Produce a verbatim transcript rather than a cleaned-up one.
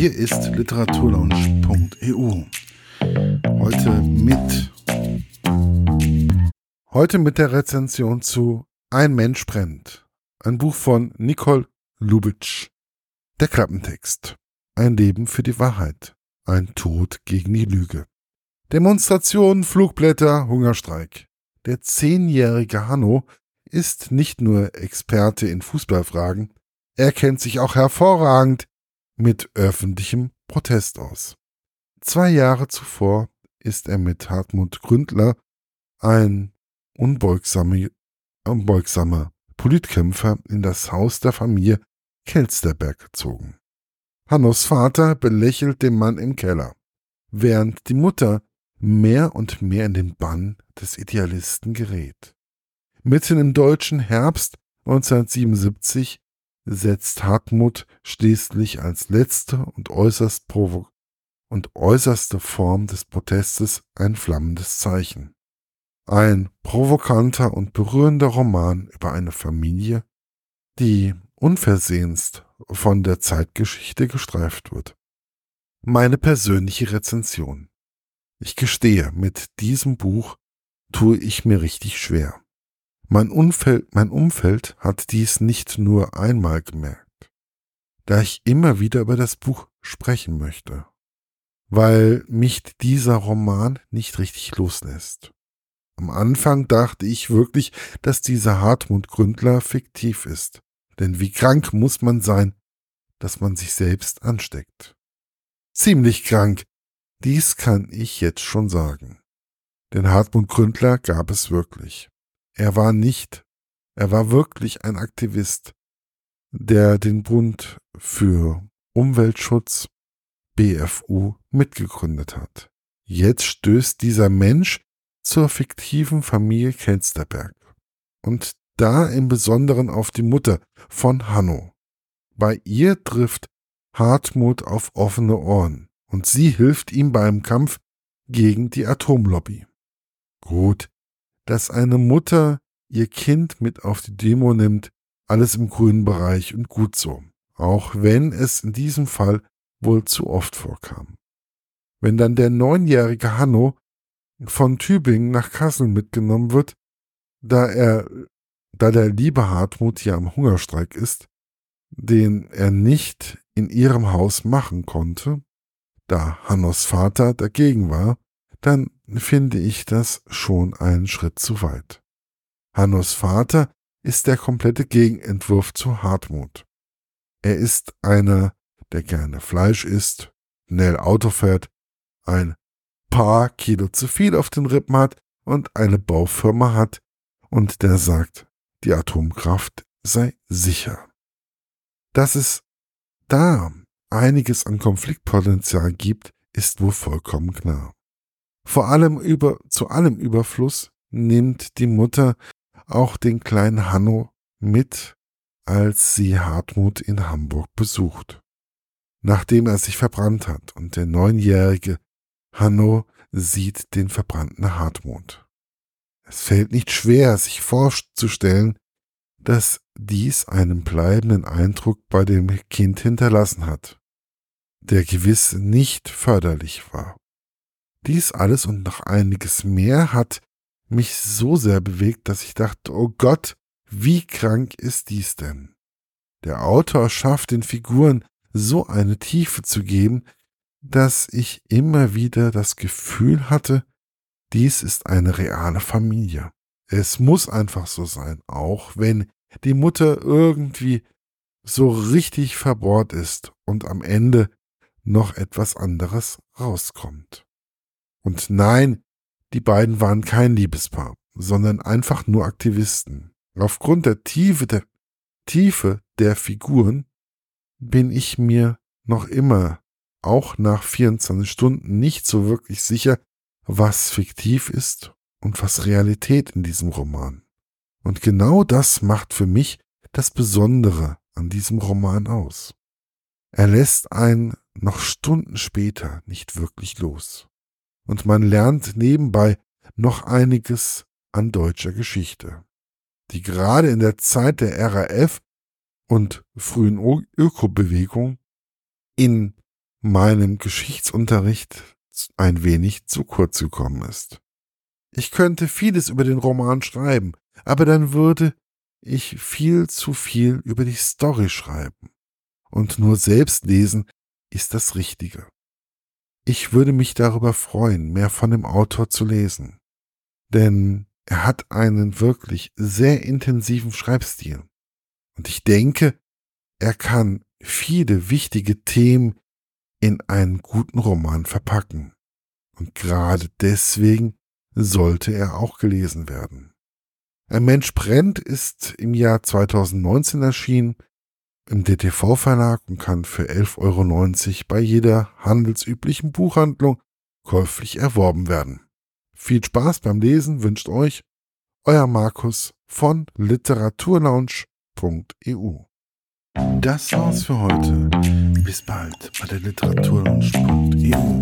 Hier ist literaturlaunch punkt e u. Heute mit heute mit der Rezension zu Ein Mensch brennt. Ein Buch von Nicole Lubitsch. Der Klappentext. Ein Leben für die Wahrheit. Ein Tod gegen die Lüge. Demonstrationen, Flugblätter, Hungerstreik. Der zehnjährige Hanno ist nicht nur Experte in Fußballfragen, er kennt sich auch hervorragend mit öffentlichem Protest aus. Zwei Jahre zuvor ist er mit Hartmut Gründler, ein unbeugsamer, unbeugsamer Politkämpfer, in das Haus der Familie Kelsterberg gezogen. Hannos Vater belächelt den Mann im Keller, während die Mutter mehr und mehr in den Bann des Idealisten gerät. Mitten im deutschen Herbst neunzehnhundertsiebenundsiebzig setzt Hartmut schließlich als letzte und äußerst provo- und äußerste Form des Protestes ein flammendes Zeichen. Ein provokanter und berührender Roman über eine Familie, die unversehenst von der Zeitgeschichte gestreift wird. Meine persönliche Rezension. Ich gestehe, mit diesem Buch tue ich mir richtig schwer. Mein Umfeld, mein Umfeld hat dies nicht nur einmal gemerkt, da ich immer wieder über das Buch sprechen möchte, weil mich dieser Roman nicht richtig loslässt. Am Anfang dachte ich wirklich, dass dieser Hartmut Gründler fiktiv ist, denn wie krank muss man sein, dass man sich selbst ansteckt. Ziemlich krank, dies kann ich jetzt schon sagen. Denn Hartmut Gründler gab es wirklich. Er war nicht, er war wirklich ein Aktivist, der den Bund für Umweltschutz, B F U, mitgegründet hat. Jetzt stößt dieser Mensch zur fiktiven Familie Kelsterberg. Und da im Besonderen auf die Mutter von Hanno. Bei ihr trifft Hartmut auf offene Ohren und sie hilft ihm beim Kampf gegen die Atomlobby. Gut, dass eine Mutter ihr Kind mit auf die Demo nimmt, alles im grünen Bereich und gut so, auch wenn es in diesem Fall wohl zu oft vorkam. Wenn dann der neunjährige Hanno von Tübingen nach Kassel mitgenommen wird, da er, da der liebe Hartmut ja am Hungerstreik ist, den er nicht in ihrem Haus machen konnte, da Hannos Vater dagegen war, dann finde ich das schon einen Schritt zu weit. Hannos Vater ist der komplette Gegenentwurf zu Hartmut. Er ist einer, der gerne Fleisch isst, schnell Auto fährt, ein paar Kilo zu viel auf den Rippen hat und eine Baufirma hat und der sagt, die Atomkraft sei sicher. Dass es da einiges an Konfliktpotenzial gibt, ist wohl vollkommen klar. Vor allem über, zu allem Überfluss nimmt die Mutter auch den kleinen Hanno mit, als sie Hartmut in Hamburg besucht. Nachdem er sich verbrannt hat und der neunjährige Hanno sieht den verbrannten Hartmut. Es fällt nicht schwer, sich vorzustellen, dass dies einen bleibenden Eindruck bei dem Kind hinterlassen hat, der gewiss nicht förderlich war. Dies alles und noch einiges mehr hat mich so sehr bewegt, dass ich dachte, oh Gott, wie krank ist dies denn? Der Autor schafft den Figuren so eine Tiefe zu geben, dass ich immer wieder das Gefühl hatte, dies ist eine reale Familie. Es muss einfach so sein, auch wenn die Mutter irgendwie so richtig verbohrt ist und am Ende noch etwas anderes rauskommt. Und nein, die beiden waren kein Liebespaar, sondern einfach nur Aktivisten. Aufgrund der Tiefe der, Tiefe der Figuren bin ich mir noch immer, auch nach vierundzwanzig Stunden, nicht so wirklich sicher, was fiktiv ist und was Realität in diesem Roman. Und genau das macht für mich das Besondere an diesem Roman aus. Er lässt einen noch Stunden später nicht wirklich los. Und man lernt nebenbei noch einiges an deutscher Geschichte, die gerade in der Zeit der R A F und frühen Ökobewegung in meinem Geschichtsunterricht ein wenig zu kurz gekommen ist. Ich könnte vieles über den Roman schreiben, aber dann würde ich viel zu viel über die Story schreiben. Und nur selbst lesen ist das Richtige. Ich würde mich darüber freuen, mehr von dem Autor zu lesen. Denn er hat einen wirklich sehr intensiven Schreibstil. Und ich denke, er kann viele wichtige Themen in einen guten Roman verpacken. Und gerade deswegen sollte er auch gelesen werden. Ein Mensch brennt ist im Jahr zweitausendneunzehn erschienen im D T V-Verlag und kann für elf Euro neunzig bei jeder handelsüblichen Buchhandlung käuflich erworben werden. Viel Spaß beim Lesen wünscht euch euer Markus von literaturlaunch punkt e u. Das war's für heute. Bis bald bei der literaturlaunch punkt e u.